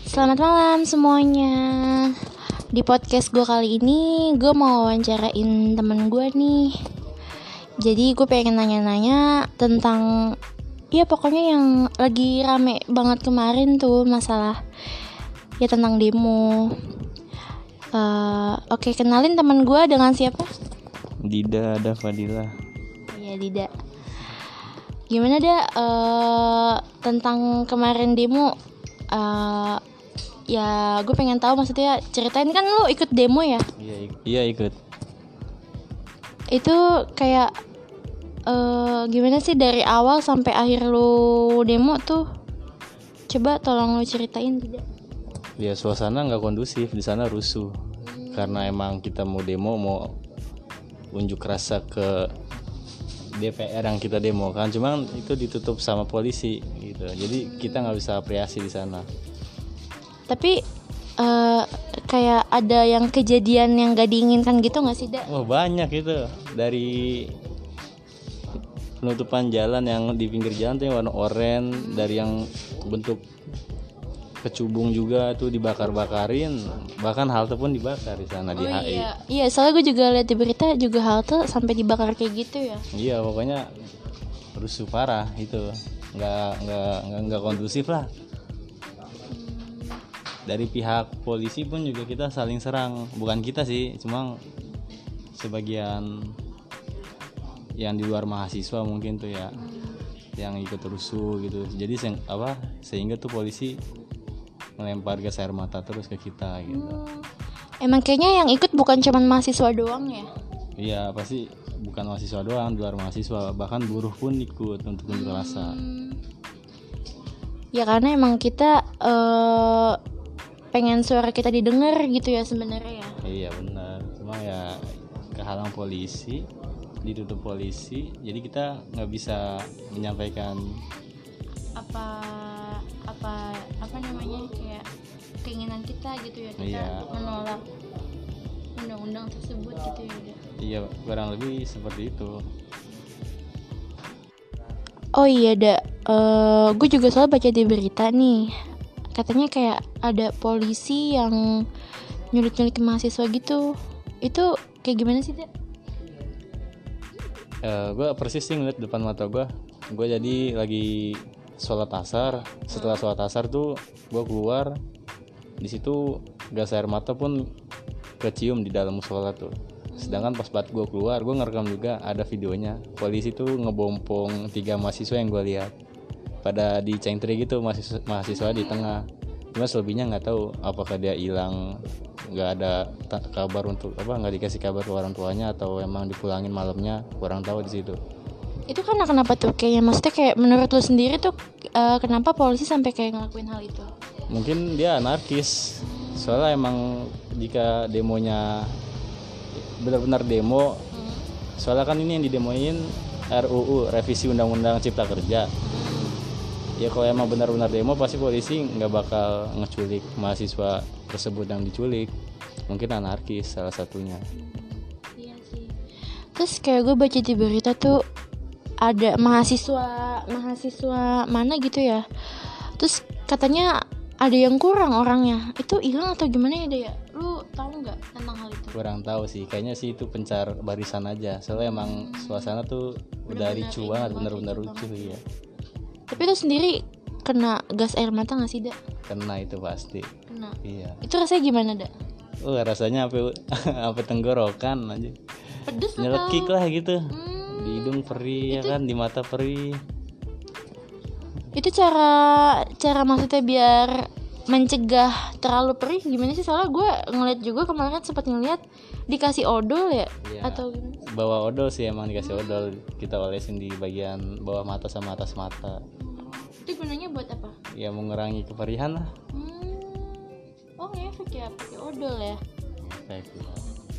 Selamat malam semuanya. Di podcast gue kali ini gue mau wawancarain temen gue nih. Jadi gue pengen nanya-nanya tentang, ya pokoknya yang lagi rame banget kemarin tuh, masalah ya tentang demo. Oke, kenalin temen gue dengan siapa? Dida ada Fadila. Iya, Dida. Gimana tentang kemarin demo? Ya gue pengen tahu, maksudnya ceritain, kan lu ikut demo ya? Iya ikut. Itu kayak gimana sih dari awal sampai akhir lu demo tuh? Coba tolong lu ceritain tidak? Ya suasana nggak kondusif di sana, rusuh. Karena emang kita mau demo, mau unjuk rasa ke DPR yang kita demo kan, cuman itu ditutup sama polisi gitu. Jadi kita nggak bisa apresiasi di sana. Tapi kayak ada yang kejadian yang gak diinginkan gitu nggak sih, Da? Wah banyak itu, dari penutupan jalan yang di pinggir jalan tuh yang warna oranye, dari yang bentuk kecubung juga tuh dibakar-bakarin, bahkan halte pun dibakar di sana di HI. Iya, soalnya gue juga lihat di berita juga halte sampai dibakar kayak gitu ya. Iya, pokoknya rusuh parah itu, nggak kondusif lah. Dari pihak polisi pun juga kita saling serang, bukan kita sih, cuma sebagian yang di luar mahasiswa mungkin tuh ya, yang ikut rusuh gitu. Jadi sehingga tuh polisi melempar gas air mata terus ke kita gitu. Emang kayaknya yang ikut bukan cuman mahasiswa doang ya? Iya, pasti bukan mahasiswa doang, di luar mahasiswa, bahkan buruh pun ikut untuk unjuk rasa. Ya karena emang kita pengen suara kita didengar gitu ya sebenarnya ya. Iya benar, cuma ya kehalang polisi, ditutup polisi, jadi kita nggak bisa menyampaikan apa namanya, kayak keinginan kita gitu ya, kita menolak undang-undang tersebut gitu ya. Iya, kurang lebih seperti itu. Oh iya, gue juga soal baca di berita nih, katanya kayak ada polisi yang nyulik-nyulik mahasiswa gitu. Itu kayak gimana sih, Da? Gue persis sih ngeliat depan mata gue jadi lagi sholat asar. Setelah sholat asar tuh gue keluar, di situ gas air mata pun kecium di dalam musola tuh. Sedangkan pas banget gue keluar, gue ngerekam juga, ada videonya. Polisi tuh ngebompong 3 mahasiswa yang gue lihat, pada dicentri gitu, mahasiswa di tengah. Cuma selebihnya nggak tahu apakah dia hilang, nggak ada kabar untuk nggak dikasih kabar ke orang tuanya, atau emang dipulangin malamnya, kurang tahu di situ. Itu karena kenapa tuh? Kayaknya maksudnya kayak menurut lo sendiri tuh kenapa polisi sampai kayak ngelakuin hal itu? Mungkin dia anarkis. Soalnya emang jika demonya benar-benar demo, soalnya kan ini yang didemoin RUU, revisi Undang-Undang Cipta Kerja. Ya kalau emang benar-benar demo, pasti polisi nggak bakal ngeculik mahasiswa tersebut yang diculik. Mungkin anarkis salah satunya. Iya sih. Terus kayak gue baca di berita tuh ada mahasiswa mana gitu ya, terus katanya ada yang kurang orangnya, itu hilang atau gimana ya, ya? Lu tahu nggak tentang hal itu? Kurang tahu sih, kayaknya sih itu pencar barisan aja, soalnya emang suasana tuh udah ricu banget, bener-bener lucu ya. Tapi lu sendiri kena gas air mata nggak sih, Da? Kena itu pasti. Kena. Iya. Itu rasanya gimana, Da? Rasanya apa tenggorokan aja. Pedes Nyelekik atau? lah gitu. Di hidung perih ya kan, di mata perih. Itu cara maksudnya biar mencegah terlalu perih gimana sih? Soalnya gue ngeliat juga kemarin, sempat ngeliat dikasih odol ya, atau gimana? Bawa odol sih, emang dikasih odol, kita olesin di bagian bawah mata sama atas mata. Itu gunanya buat apa? Ya mengurangi keperihan lah. Oh ngefek ya, pakai odol ya? Ngefek ya.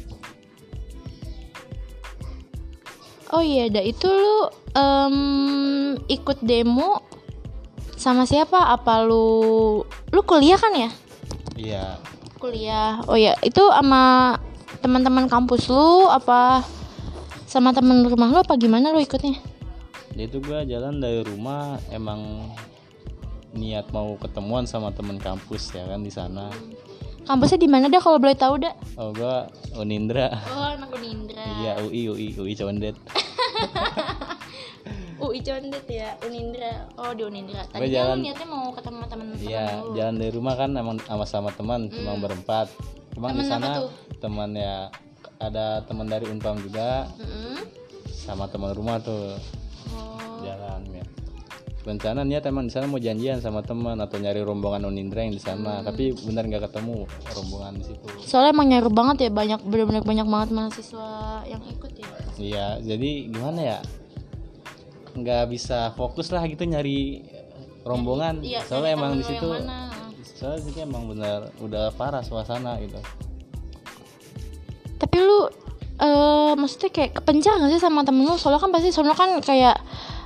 Oh iya, itu lu ikut demo sama siapa? Apa lu kuliah kan ya? Iya. Kuliah. Oh ya, itu sama teman-teman kampus lu apa sama teman rumah lu, apa gimana lu ikutnya? Jadi itu gue jalan dari rumah, emang niat mau ketemuan sama teman kampus ya kan di sana. Kampusnya di mana dah kalau boleh tahu dah? Oh gua Unindra. Oh, anak Unindra. Iya, UI Condet. UI Condet ya, Unindra. Oh, di Unindra. Tadi Gua kan jalan, lu niatnya mau ketemu teman-teman iya, lu. jalan dari rumah kan emang sama teman, cuma berempat. Emang di Temen apa sana tuh? teman ya, ada teman dari Unpam juga, Mm-mm. sama teman rumah tuh Oh. jalan ya. Rencana niat emang di sana mau janjian sama teman atau nyari rombongan Unindra yang di sana, tapi benar nggak ketemu rombongan di situ. Soalnya emang nyaru banget ya, benar-benar banyak banget mahasiswa yang ikut ya. Iya, jadi gimana ya? Nggak bisa fokus lah gitu nyari rombongan. Iya, Soalnya cari emang temen di lu situ, yang mana. soalnya di situ emang benar udah parah suasana gitu. Tapi lu maksudnya kayak kepencang gak sih sama temen lu? Soalnya kan pasti soalnya kan kayak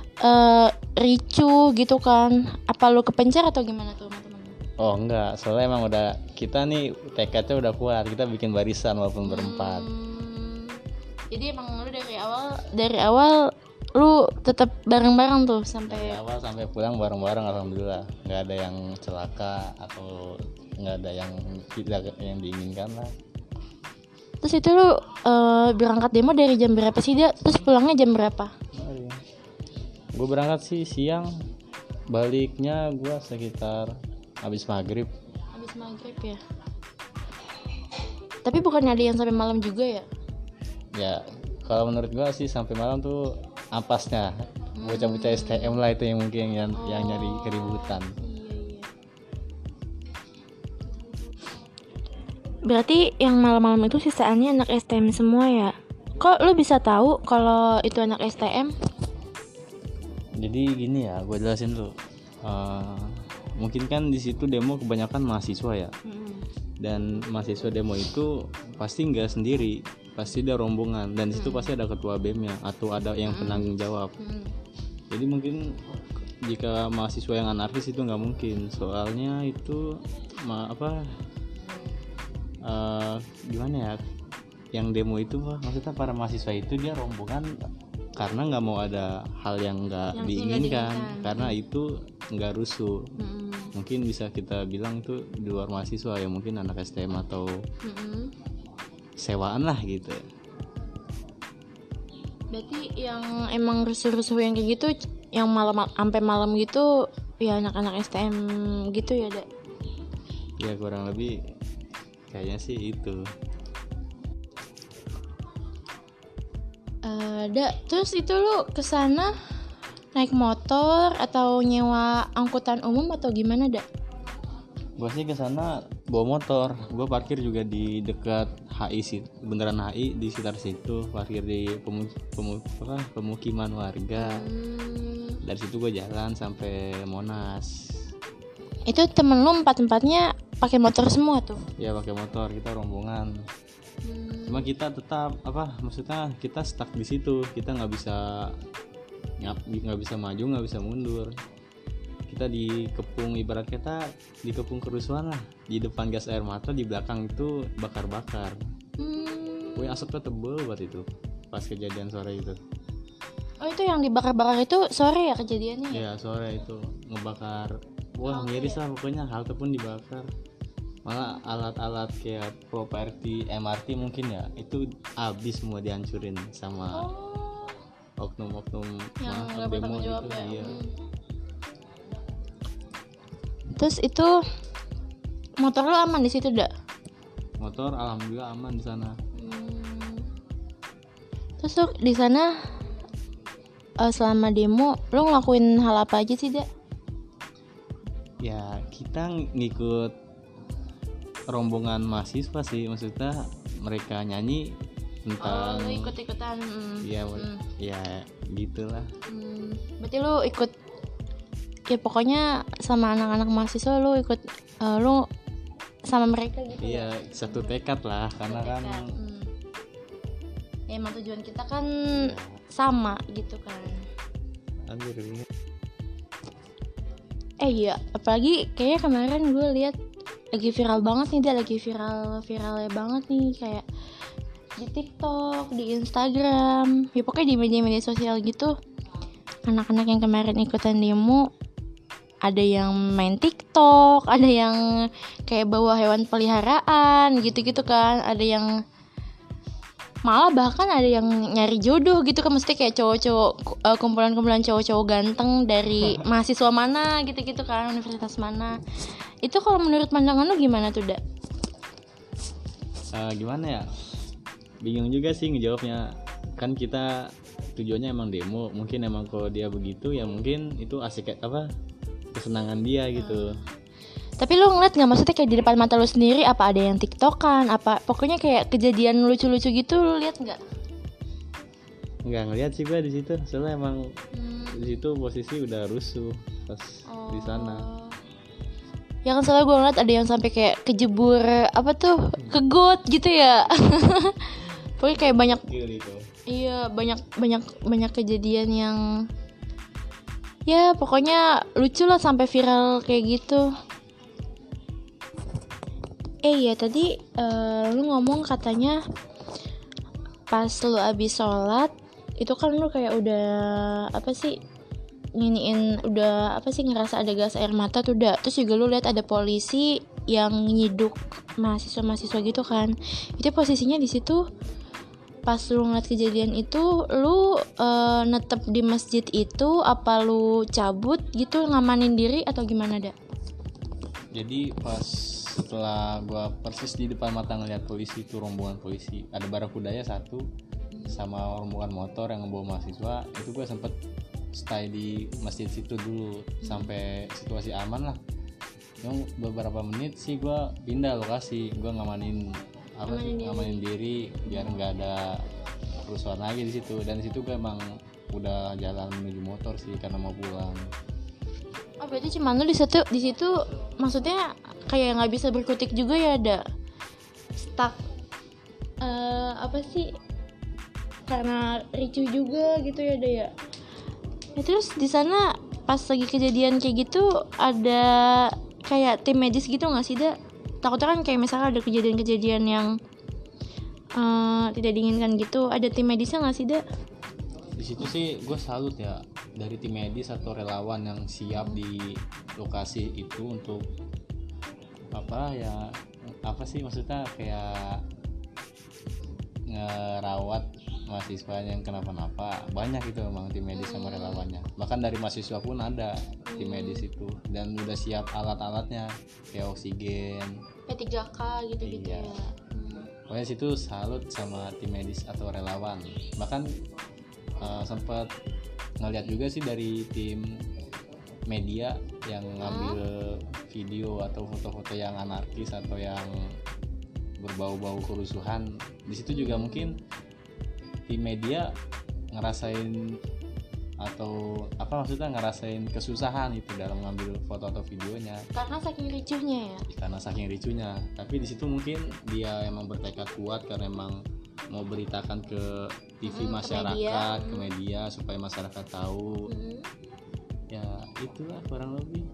ricu gitu kan. Apa lu kepencar atau gimana tuh sama temen lu? Oh enggak, soalnya emang udah kita nih tekadnya udah kuat, kita bikin barisan walaupun berempat. Jadi emang lu dari awal lu tetap bareng-bareng tuh Dari sampai awal sampai pulang bareng-bareng, alhamdulillah. Nggak ada yang celaka atau nggak ada yang tidak yang diinginkan lah. terus itu lu berangkat demo dari jam berapa sih dia? Terus pulangnya jam berapa? Gue berangkat sih siang, baliknya gue sekitar habis maghrib. Habis maghrib ya. Tapi bukannya ada yang sampai malam juga ya? Ya kalau menurut gue sih sampai malam tuh ampasnya bocah-bocah STM lah itu yang mungkin yang nyari keributan. Iya. Berarti yang malam-malam itu sisaannya anak STM semua ya? Kok lu bisa tahu kalau itu anak STM? Jadi gini ya, gue jelasin dulu. Mungkin kan di situ demo kebanyakan mahasiswa ya. Dan mahasiswa demo itu pasti nggak sendiri, pasti ada rombongan, dan di situ pasti ada ketua BEM-nya atau ada yang penanggung jawab. Jadi mungkin jika mahasiswa yang anarkis itu nggak mungkin, soalnya itu gimana ya, yang demo itu maksudnya para mahasiswa itu dia rombongan karena nggak mau ada hal yang nggak diinginkan, karena itu nggak rusuh. Mungkin bisa kita bilang itu di luar mahasiswa ya, mungkin anak STM atau sewaan lah gitu. Berarti yang emang rusuh-rusuh yang kayak gitu, yang malam sampai malam gitu, ya anak-anak STM gitu ya, Dak? Ya kurang lebih kayaknya sih itu. Terus itu lu kesana naik motor atau nyewa angkutan umum atau gimana, Dak? Gue sih kesana bawa motor. Gue parkir juga di dekat HI sih, bundaran HI di sekitar situ. Parkir di pemukiman warga. Dari situ gue jalan sampai Monas. Itu temen lu empat-empatnya pakai motor semua tuh? Ya pakai motor, kita rombongan. Cuma kita tetap maksudnya kita stuck di situ, kita nggak bisa maju, nggak bisa mundur. Kita dikepung, ibarat kita dikepung kerusuhan lah. Di depan gas air mata, di belakang itu bakar-bakar. Wih, asapnya tebel banget itu pas kejadian sore itu. Oh, itu yang dibakar-bakar itu sore ya kejadiannya? Ya sore itu ngebakar. Wah, miris lah pokoknya, halte pun dibakar. Malah alat-alat kayak properti MRT mungkin ya, itu habis semua dihancurin sama oknum-oknum yang nggak bertanggung jawab ya. Iya. Terus itu motor lo aman di situ, Dak? Motor alhamdulillah aman di sana. Terus lo di sana selama demo lo ngelakuin hal apa aja sih, Dak? Ya kita ngikut rombongan mahasiswa sih, maksudnya mereka nyanyi tentang lo ikut-ikutan. Ya gitulah. Berarti lo ikut, ya pokoknya sama anak-anak mahasiswa lo ikut, lo sama mereka gitu. Iya, satu tekad lah, karena kan ya emang tujuan kita kan sama gitu kan. Anjir. Iya, apalagi kayaknya kemarin gue lihat lagi viral banget nih, dia lagi viralnya banget nih, kayak di TikTok, di Instagram, ya pokoknya di media-media sosial gitu. Anak-anak yang kemarin ikutan demo ada yang main TikTok, ada yang kayak bawa hewan peliharaan gitu-gitu kan, ada yang malah bahkan ada yang nyari jodoh gitu kan, mesti kayak cowok-cowok, kumpulan-kumpulan cowok-cowok ganteng dari mahasiswa mana gitu-gitu kan, universitas mana. Itu kalau menurut pandangan lu gimana tuh, Da? Gimana ya, bingung juga sih ngejawabnya. Kan kita tujuannya emang demo, mungkin emang kalau dia begitu ya mungkin itu asik kayak apa, kesenangan dia gitu. Tapi lu ngeliat nggak, maksudnya kayak di depan mata lu sendiri apa ada yang tiktokan, apa pokoknya kayak kejadian lucu-lucu gitu, lu lihat nggak? Nggak ngeliat sih gua di situ, soalnya emang di situ posisi udah rusuh pas di sana. Ya kan, soalnya gue ngeliat ada yang sampai kayak kejebur apa tuh, ke got gitu ya. Pokoknya kayak banyak, Gitu. iya banyak kejadian yang ya pokoknya lucu lah sampai viral kayak gitu. Iya tadi lu ngomong katanya pas lu abis sholat itu kan lu kayak udah apa sih, nginiin, udah apa sih, ngerasa ada gas air mata tuh, Da. Terus juga lu lihat ada polisi yang nyiduk mahasiswa gitu kan. Itu posisinya di situ pas lu ngeliat kejadian itu, lu netep di masjid itu apa lu cabut gitu ngamanin diri atau gimana, Da? Jadi pas setelah gua persis di depan mata ngeliat polisi itu, rombongan polisi, ada barakudanya satu sama rombongan motor yang membawa mahasiswa, itu gua sempet stay di masjid situ dulu sampai situasi aman lah. Yang beberapa menit sih gua pindah lokasi, gua ngamanin diri biar nggak ada kerusuhan lagi di situ. Dan di situ gua emang udah jalan menuju motor sih karena mau pulang. Oh berarti cuman lu di situ maksudnya kayak nggak bisa berkutik juga ya, ada stuck apa sih, karena ricuh juga gitu ya, Da ya. Ya terus di sana pas lagi kejadian kayak gitu ada kayak tim medis gitu nggak sih, Da? Takutnya kan kayak misalnya ada kejadian-kejadian yang tidak diinginkan gitu, ada tim medisnya nggak sih, Da? Di situ sih gue salut ya dari tim medis atau relawan yang siap di lokasi itu untuk apa sih maksudnya kayak ngerawat mahasiswa yang kenapa-napa. Banyak itu memang tim medis sama relawannya, bahkan dari mahasiswa pun ada tim medis itu, dan udah siap alat-alatnya kayak oksigen, P3K gitu-gitu. Iya. Ya. Pokoknya situ salut sama tim medis atau relawan. Bahkan sempat ngeliat juga sih dari tim media yang ngambil video atau foto-foto yang anarkis atau yang berbau-bau kerusuhan. Di situ juga mungkin tim media ngerasain atau apa maksudnya ngerasain kesusahan itu dalam ngambil foto atau videonya Karena saking ricuhnya ya. karena saking ricuhnya. Tapi di situ mungkin dia emang bertekad kuat karena emang mau beritakan ke TV masyarakat, ke media supaya masyarakat tahu. Ya itulah kurang lebih.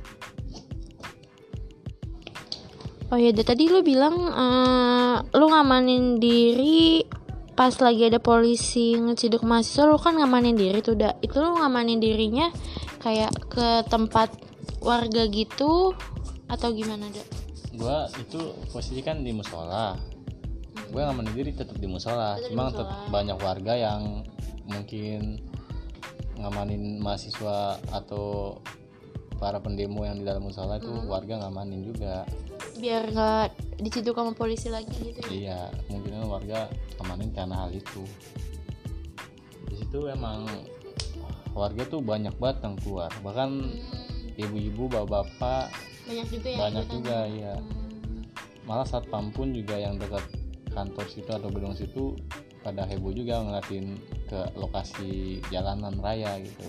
Oh ya, tadi lu bilang lu ngamanin diri pas lagi ada polisi ngeciduk mahasiswa, lu kan ngamanin diri tuh, Da. Itu lu ngamanin dirinya kayak ke tempat warga gitu atau gimana, Da? Gua itu posisi kan di musola. Gue ngamanin diri tetap di musola. Cuma tetap banyak warga yang mungkin ngamanin mahasiswa atau para pendemo yang di dalam musola itu warga ngamanin juga. Biar nggak diciduk sama polisi lagi gitu ya. Iya, mungkin warga ngamanin karena hal itu. Di situ emang warga tuh banyak banget yang keluar. Bahkan ibu-ibu, bapak-bapak banyak juga ya. Malah satpam pun juga yang dekat kantor situ atau gedung situ pada heboh juga ngeliatin ke lokasi jalanan raya gitu.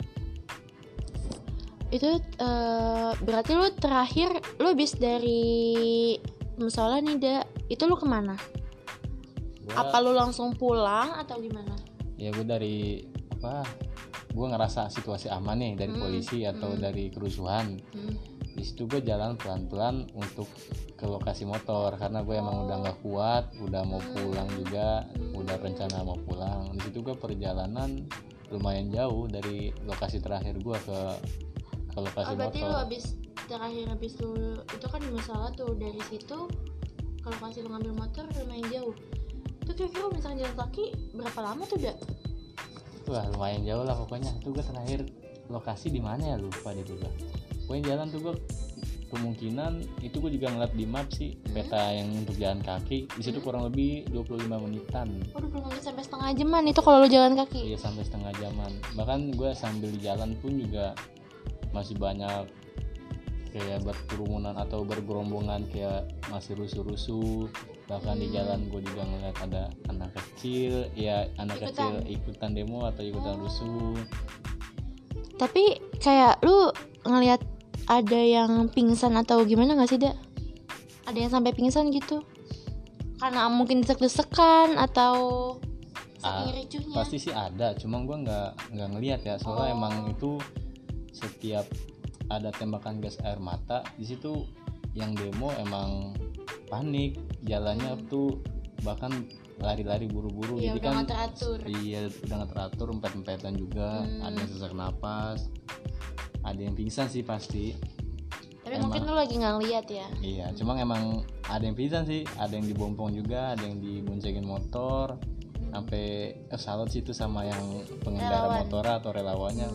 Itu berarti lu terakhir lu habis dari musola nih, Da. Itu lu kemana? Apa lu langsung pulang atau gimana? Ya gue dari gue ngerasa situasi aman nih dari polisi atau dari kerusuhan. Di situ gue jalan pelan-pelan untuk ke lokasi motor karena gue emang udah nggak kuat, udah mau pulang juga, udah rencana mau pulang. Di situ gue perjalanan lumayan jauh dari lokasi terakhir gue ke ke lokasi berarti lu motor. habis lu itu kan di masalah tuh, dari situ ke lokasi lu ngambil motor lumayan jauh. Itu kira-kira misalnya jalan kaki berapa lama tuh udah? Wah lumayan jauh lah pokoknya. Tuh gue terakhir lokasi di mana ya, lupa deh gue. Pokoknya jalan tuh gue kemungkinan itu gue juga ngeliat di map sih peta yang untuk jalan kaki. Di situ kurang lebih 25 menitan. Waduh, 20 menit sampai setengah jaman itu kalau lu jalan kaki. Iya sampai setengah jaman. Bahkan gue sambil jalan pun juga masih banyak kayak berkerumunan atau bergerombongan, kayak masih rusuh-rusuh. Bahkan di jalan gue juga ngeliat ada anak kecil, ya anak kecil ikutan demo atau ikutan rusuh. Tapi kayak lu ngelihat ada yang pingsan atau gimana nggak sih, Da? Ada yang sampai pingsan gitu? Karena mungkin desek-desekan atau saking ricuhnya? Pasti sih ada, cuma gue nggak ngelihat ya, soalnya emang itu setiap ada tembakan gas air mata di situ yang demo emang panik jalannya tuh, bahkan lari-lari buru-buru. Iya, jadi udah kan nggak teratur. Iya udah nggak teratur, empet-empetan juga. Ada yang sesak napas, ada yang pingsan sih pasti. Tapi mungkin lu lagi nggak lihat ya. Iya, cuma emang ada yang pingsan sih, ada yang dibompong juga, ada yang diboncengin motor. Sampai salut sih itu sama yang pengendara motor atau relawannya.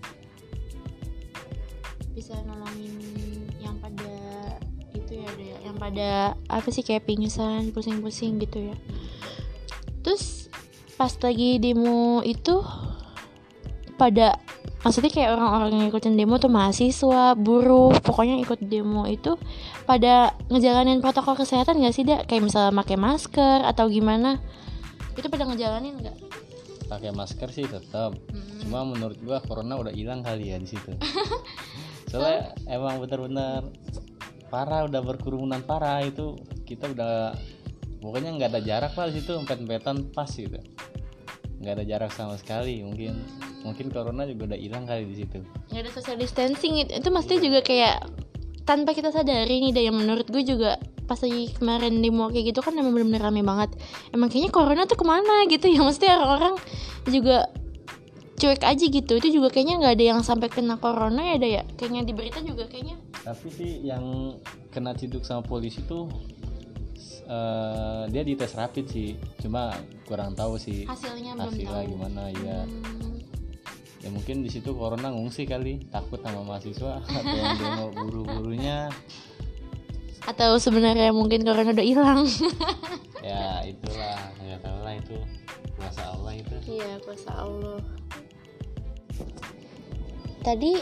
Bisa nolongin yang pada itu ya, ada yang pada apa sih kayak pingsan, pusing-pusing gitu ya. Terus pas lagi demo itu pada, maksudnya kayak orang-orang yang ikutin demo tuh mahasiswa, buruh, pokoknya ikut demo itu pada ngejalanin protokol kesehatan nggak sih, Da? Kayak misalnya pakai masker atau gimana? Itu pada ngejalanin nggak? Pakai masker sih tetap. Cuma menurut gua corona udah hilang kali ya di situ. Soalnya emang benar-benar parah, udah berkerumunan parah itu. Kita udah pokoknya nggak ada jarak lah di situ, empet-empetan pas gitu. Nggak ada jarak sama sekali. Mungkin corona juga udah hilang kali di situ. Nggak ada social distancing itu mesti juga kayak tanpa kita sadari nih, yang menurut gue juga pas lagi kemarin demo kayak gitu kan emang bener-bener rame banget. Emang kayaknya corona tuh kemana gitu ya, mesti orang-orang juga cuek aja gitu. Itu juga kayaknya nggak ada yang sampai kena corona ya, ada ya, kayaknya di berita juga kayaknya. Tapi sih yang kena ciduk sama polisi tuh dia dites rapid sih, cuma kurang tahu sih hasilnya gimana ya. Ya mungkin di situ corona ngungsi kali, takut sama mahasiswa atau yang demo buru-burunya, atau sebenarnya mungkin corona udah hilang. Ya itulah, nggak tahu lah, itu kuasa Allah itu. Iya, kuasa Allah. Tadi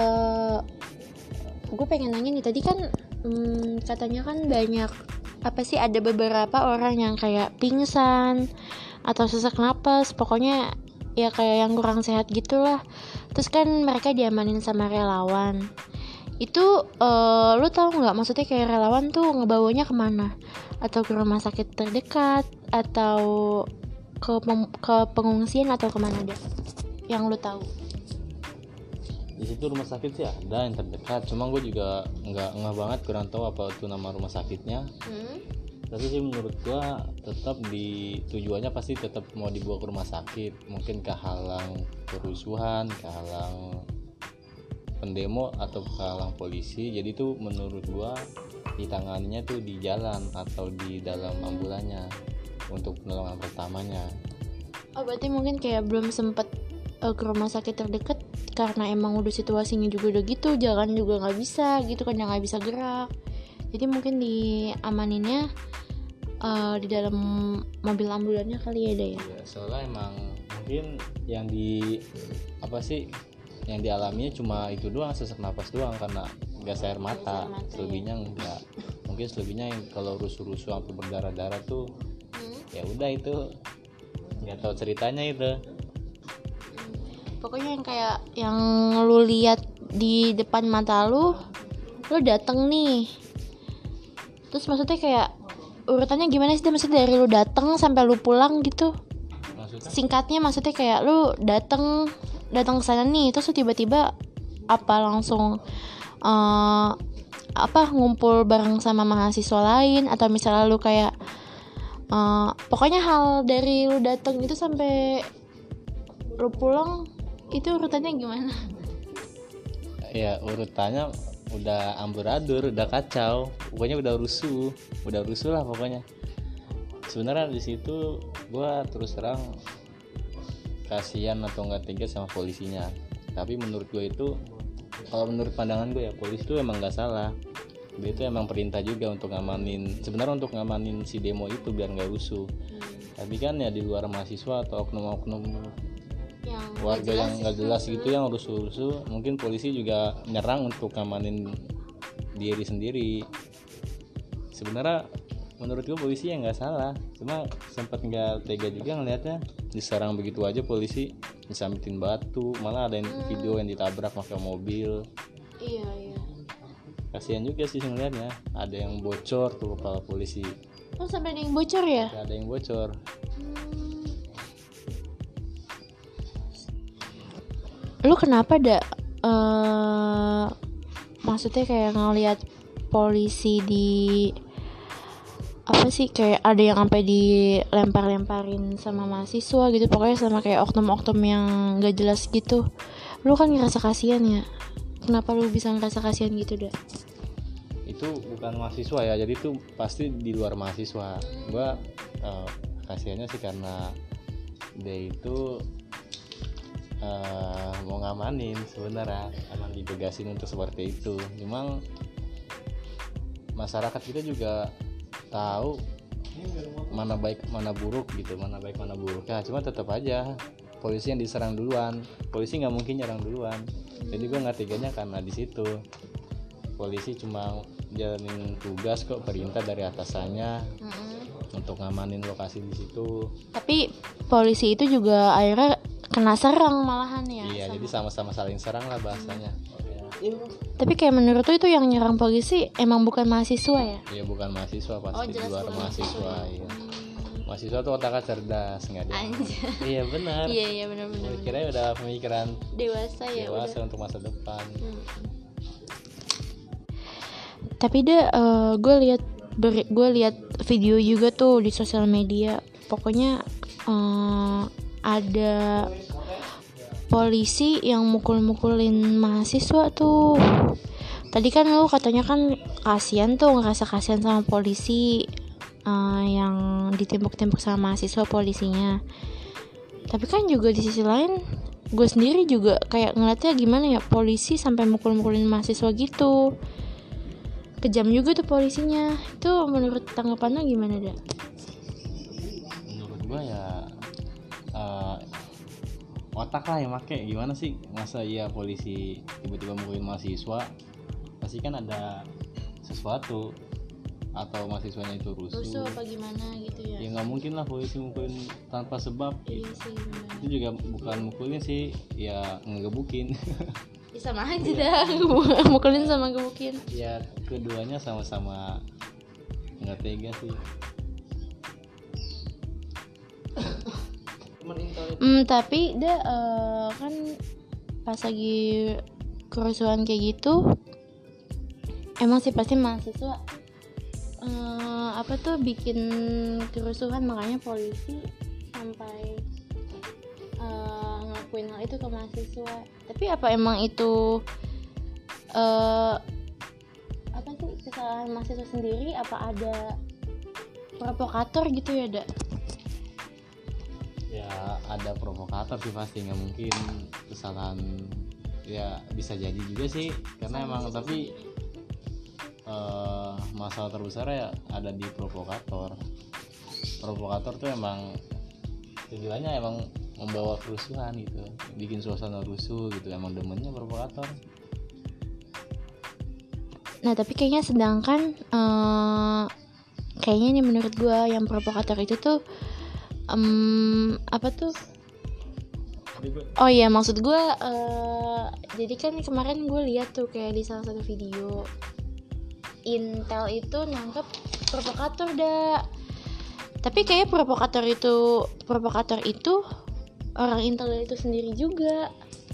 gue pengen nanya nih, tadi kan katanya kan banyak apa sih, ada beberapa orang yang kayak pingsan atau sesak napas, pokoknya ya kayak yang kurang sehat gitulah. Terus kan mereka diamanin sama relawan. Itu lu tahu nggak, maksudnya kayak relawan tuh ngebawanya kemana? Atau ke rumah sakit terdekat, atau ke pengungsian, atau kemana deh? Yang lu tahu? Di situ rumah sakit sih ada yang terdekat, cuma gue juga nggak ngeh banget, kurang tahu apa itu nama rumah sakitnya. Tapi sih menurut gue tetap di tujuannya pasti tetap mau dibawa ke rumah sakit, mungkin kehalang kerusuhan, kehalang pendemo atau kehalang polisi. Jadi tuh menurut gue ditanganinya tuh di jalan atau di dalam ambulannya untuk penolongan pertamanya. Oh, berarti mungkin kayak belum sempet ke rumah sakit terdekat karena emang udah situasinya juga udah gitu, jalan juga nggak bisa gitu kan, nggak bisa gerak. Jadi mungkin diamaninnya di dalam mobil ambulannya kali ya, deh ya. Iya, soalnya emang mungkin yang yang dialaminya cuma itu doang, sesak napas doang karena gas air mata, selebihnya enggak. Mungkin selebihnya yang kalau rusuh-rusuh sampai berdarah-darah tuh ya udah itu nggak tahu ceritanya itu. Pokoknya yang kayak yang lu lihat di depan mata lu dateng nih. Terus maksudnya kayak urutannya gimana sih? Maksudnya dari lu dateng sampai lu pulang gitu. Singkatnya maksudnya kayak lu dateng ke sana nih, terus lu tiba-tiba langsung ngumpul bareng sama mahasiswa lain, atau misalnya lu kayak pokoknya hal dari lu dateng itu sampai lu pulang itu urutannya gimana? ya urutannya udah amburadul, udah kacau, pokoknya udah rusuh lah pokoknya. Sebenarnya di situ gue terus terang kasihan atau nggak tega sama polisinya. Tapi menurut gue itu, kalau menurut pandangan gue ya, polisi itu emang nggak salah. Dia itu emang perintah juga untuk ngamanin, sebenarnya untuk ngamanin si demo itu biar nggak rusuh. Tapi kan ya di luar mahasiswa atau oknum-oknum warga yang nggak jelas gitu yang rusuh-rusuh, mungkin polisi juga nyerang untuk ngamanin diri sendiri. Sebenarnya menurut gue polisi yang nggak salah, cuma sempat nggak tega juga ngelihatnya diserang begitu aja, polisi disambitin batu, malah ada yang video yang ditabrak pakai mobil. Iya. Kasihan juga sih ngelihatnya, ada yang bocor tuh kepala polisi. Oh, sampai ada yang bocor ya? Ada yang bocor. Lu kenapa maksudnya kayak ngelihat polisi di apa sih, kayak ada yang sampai dilempar-lemparin sama mahasiswa gitu, pokoknya sama kayak oknum-oknum yang gak jelas gitu. Lu kan ngerasa kasihan ya, kenapa lu bisa ngerasa kasihan gitu dah? Itu bukan mahasiswa ya, jadi itu pasti di luar mahasiswa. Gua kasihannya sih karena dia itu mau ngamanin, sebenarnya emang ditugasin untuk seperti itu. Memang masyarakat kita juga tahu mana baik mana buruk gitu, mana baik mana buruk ya, cuma tetap aja polisi yang diserang duluan. Polisi nggak mungkin nyerang duluan, jadi gue nggak teganya karena di situ polisi cuma jalanin tugas kok, perintah dari atasannya untuk ngamanin lokasi di situ. Tapi polisi itu juga akhirnya kena serang malahan ya. Iya, jadi sama-sama saling serang lah bahasanya. Tapi kayak menurut tuh itu yang nyerang polisi emang bukan mahasiswa ya? Iya, bukan mahasiswa, pasti di luar mahasiswa. Iya. Mahasiswa tuh otaknya cerdas, nggak ada. Iya benar. Iya benar. Kira-kira udah pemikiran dewasa ya. Dewasa untuk masa depan. Tapi gue lihat video juga tuh di sosial media. Pokoknya ada polisi yang mukul-mukulin mahasiswa tuh. Tadi kan lu katanya kan kasihan tuh, ngerasa kasihan sama polisi yang ditembak-tembak sama mahasiswa polisinya. Tapi kan juga di sisi lain gue sendiri juga kayak ngeliatnya gimana ya, polisi sampai mukul-mukulin mahasiswa gitu. Kejam juga tuh polisinya. Itu menurut tanggapan lo gimana dah? Menurut gue ya otak lah yang make. Gimana sih, masa iya polisi tiba-tiba mukulin mahasiswa? Pasti kan ada sesuatu, atau mahasiswanya itu rusuh apa gimana gitu ya? Ya nggak mungkin lah polisi mukulin tanpa sebab. Iya sih, bener. Itu juga bukan mukulin sih, ya ngegebukin. Ya sama aja dah, mukulin sama gebukin. Ya keduanya sama-sama nggak tega sih. Tapi kan pas lagi kerusuhan kayak gitu, emang sih pasti mahasiswa bikin kerusuhan, makanya polisi sampai ngelakuin hal itu ke mahasiswa. Tapi apa emang itu kesalahan mahasiswa sendiri, apa ada provokator gitu ya, Dak? Ya ada provokator sih pasti, nggak mungkin kesalahan. Ya bisa jadi juga sih, karena emang tapi masalah terbesar ya ada di provokator. Provokator tuh emang tujuannya emang membawa kerusuhan gitu, bikin suasana rusuh gitu, emang demennya provokator. Nah tapi kayaknya kayaknya nih menurut gue yang provokator itu tuh oh iya, maksud gue jadi kan kemarin gue lihat tuh kayak di salah satu video Intel itu nangkep provokator dah. Tapi kayak provokator itu orang Intel itu sendiri juga.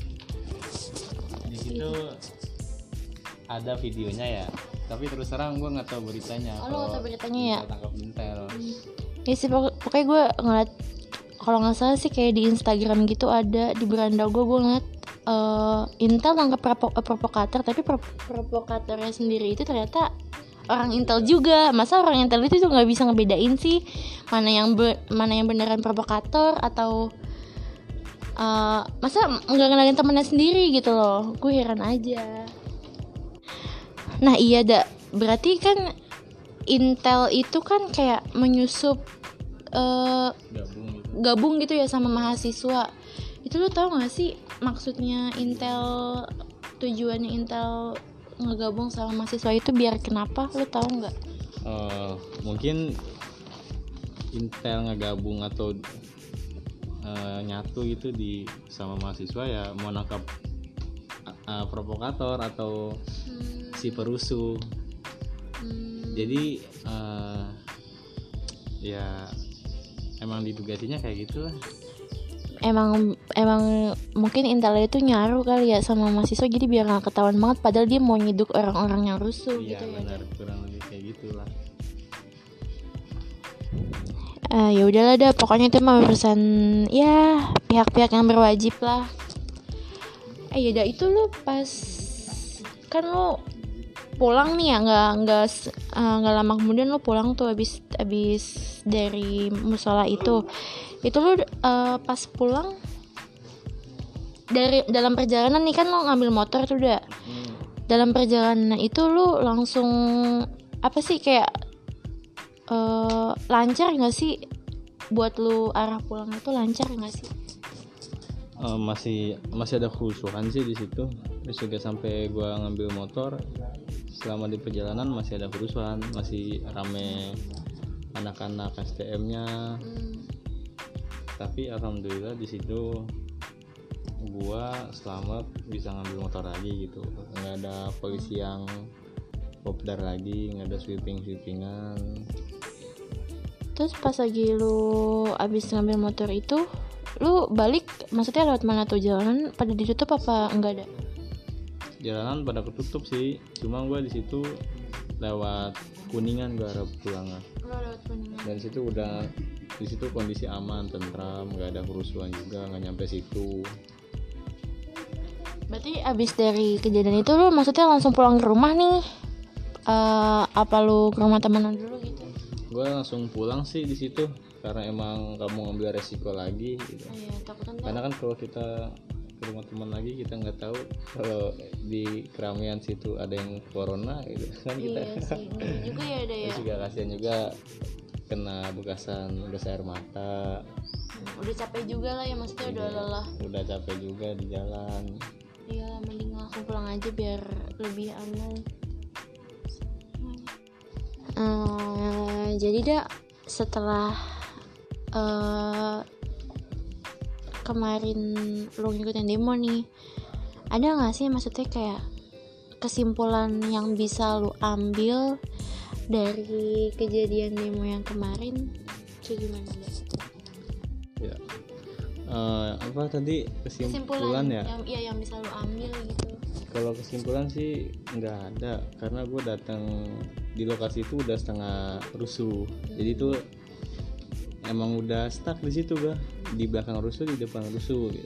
Di situ ada videonya ya, tapi terus terang gue nggak tahu beritanya. Oh, lo nggak tahu beritanya ya? Tangkap Intel. Ya sih, pokoknya gue ngeliat, kalau nggak salah sih kayak di Instagram gitu ada, di beranda gue ngeliat Intel nangkep provokator, tapi provokatornya sendiri itu ternyata orang Intel juga. Masa orang Intel itu nggak bisa ngebedain sih mana yang beneran provokator atau masa nggak kenalin temennya sendiri gitu loh. Gue heran aja. Nah iya berarti kan Intel itu kan kayak menyusup gabung gitu ya sama mahasiswa. Itu lo tau gak sih maksudnya tujuannya Intel ngegabung sama mahasiswa itu biar kenapa? Lo tau gak? Mungkin Intel ngegabung atau nyatu gitu sama mahasiswa ya mau nangkap provokator atau si perusuh. Jadi ya emang ditugasinya kayak gitulah. Emang mungkin Intel itu nyaru kali ya sama mahasiswa, jadi biar nggak ketahuan banget padahal dia mau nyiduk orang-orang yang rusuh. Iya, gitu ya. Benar, kurang lebih kayak gitulah. Ya udahlah dah, pokoknya itu mah urusan ya pihak-pihak yang berwajib lah. Ya dah, itu lo pas kan lo pulang nih ya, nggak lama kemudian lo pulang tuh abis dari musola itu lo pas pulang dalam perjalanan nih kan lo ngambil motor tuh udah. Dalam perjalanan itu lo langsung apa sih kayak lancar nggak sih buat lo arah pulang itu, lancar nggak sih? Masih ada kerusuhan sih di situ. Terus juga sampai gua ngambil motor, selama di perjalanan masih ada kerusuhan, masih rame anak-anak STM-nya. Tapi alhamdulillah di situ gua selamat bisa ngambil motor lagi gitu. Nggak ada polisi yang popdar lagi, nggak ada sweepingan. Terus pas lagi lu abis ngambil motor itu, lu balik maksudnya lewat mana tuh? Jalanan pada ditutup apa enggak ada? Jalanan pada ketutup sih, cuma gua di situ lewat Kuningan gua arah pulangnya. Lewat Kuningan. Dan di situ kondisi aman, tentram, nggak ada kerusuhan juga, nggak nyampe situ. Berarti abis dari kejadian itu lu maksudnya langsung pulang ke rumah nih? Apa lu ke rumah temenan dulu gitu? Gue langsung pulang sih di situ karena emang gak mau ngambil resiko lagi gitu. Karena kan kalau kita ke rumah teman lagi kita nggak tahu kalau di keramaian situ ada yang corona gitu kan kita. Iya sih, juga ya ada ya. Terus juga kasihan juga kena gas air mata. Udah capek juga lah ya, maksudnya udah lelah. Udah capek juga di jalan. Iya, mending langsung pulang aja biar lebih aman. Jadi setelah kemarin lu ngikutin demo nih, ada nggak sih maksudnya kayak kesimpulan yang bisa lu ambil dari kejadian demo yang kemarin? Kayak gimana deh? Ya, apa tadi kesimpulan ya? Yang bisa lu ambil gitu. Kalau kesimpulan sih nggak ada, karena gue datang di lokasi itu udah setengah rusuh. Jadi tuh emang udah stuck di situ gue, di belakang rusuh, di depan rusuh gitu.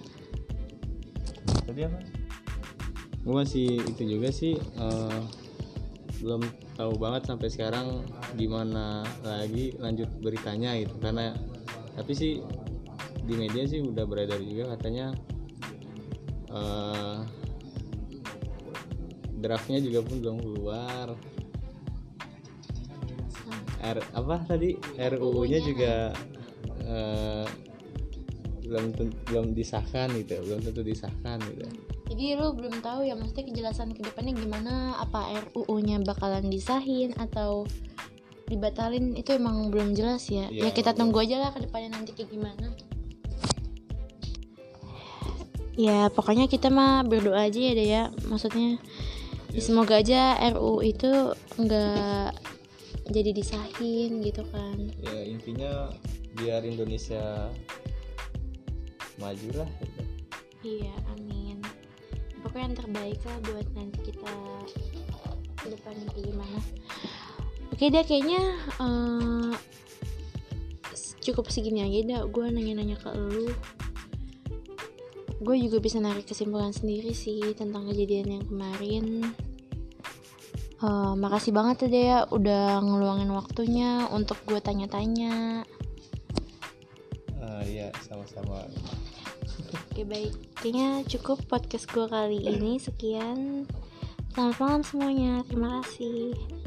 Tadi apa? Gue masih itu juga sih, belum tahu banget sampai sekarang gimana lagi lanjut beritanya gitu. Karena tapi sih di media sih udah beredar juga katanya draftnya juga pun belum keluar. RUU-nya juga belum disahkan gitu, belum tentu disahkan gitu. Jadi lu belum tahu ya maksudnya kejelasan ke depannya gimana, apa RUU-nya bakalan disahin atau dibatalin, itu emang belum jelas ya. Ya kita tunggu aja lah ke depannya nanti kayak gimana. Ya pokoknya kita mah berdoa aja ya deh ya, maksudnya semoga aja RUU itu nggak jadi disahin gitu kan. Ya intinya biar Indonesia maju lah gitu. Iya, amin. Pokoknya yang terbaik lah buat nanti kita ke depannya kayak gimana. Oke deh, kayaknya cukup segini aja dah gue nanya-nanya ke lu. gue juga bisa narik kesimpulan sendiri sih tentang kejadian yang kemarin. Makasih banget ya Dea udah ngeluangin waktunya untuk gue tanya-tanya. Iya, sama-sama. Oke baik, kayaknya cukup podcast gue kali ini. Sekian, selamat malam semuanya, terima kasih.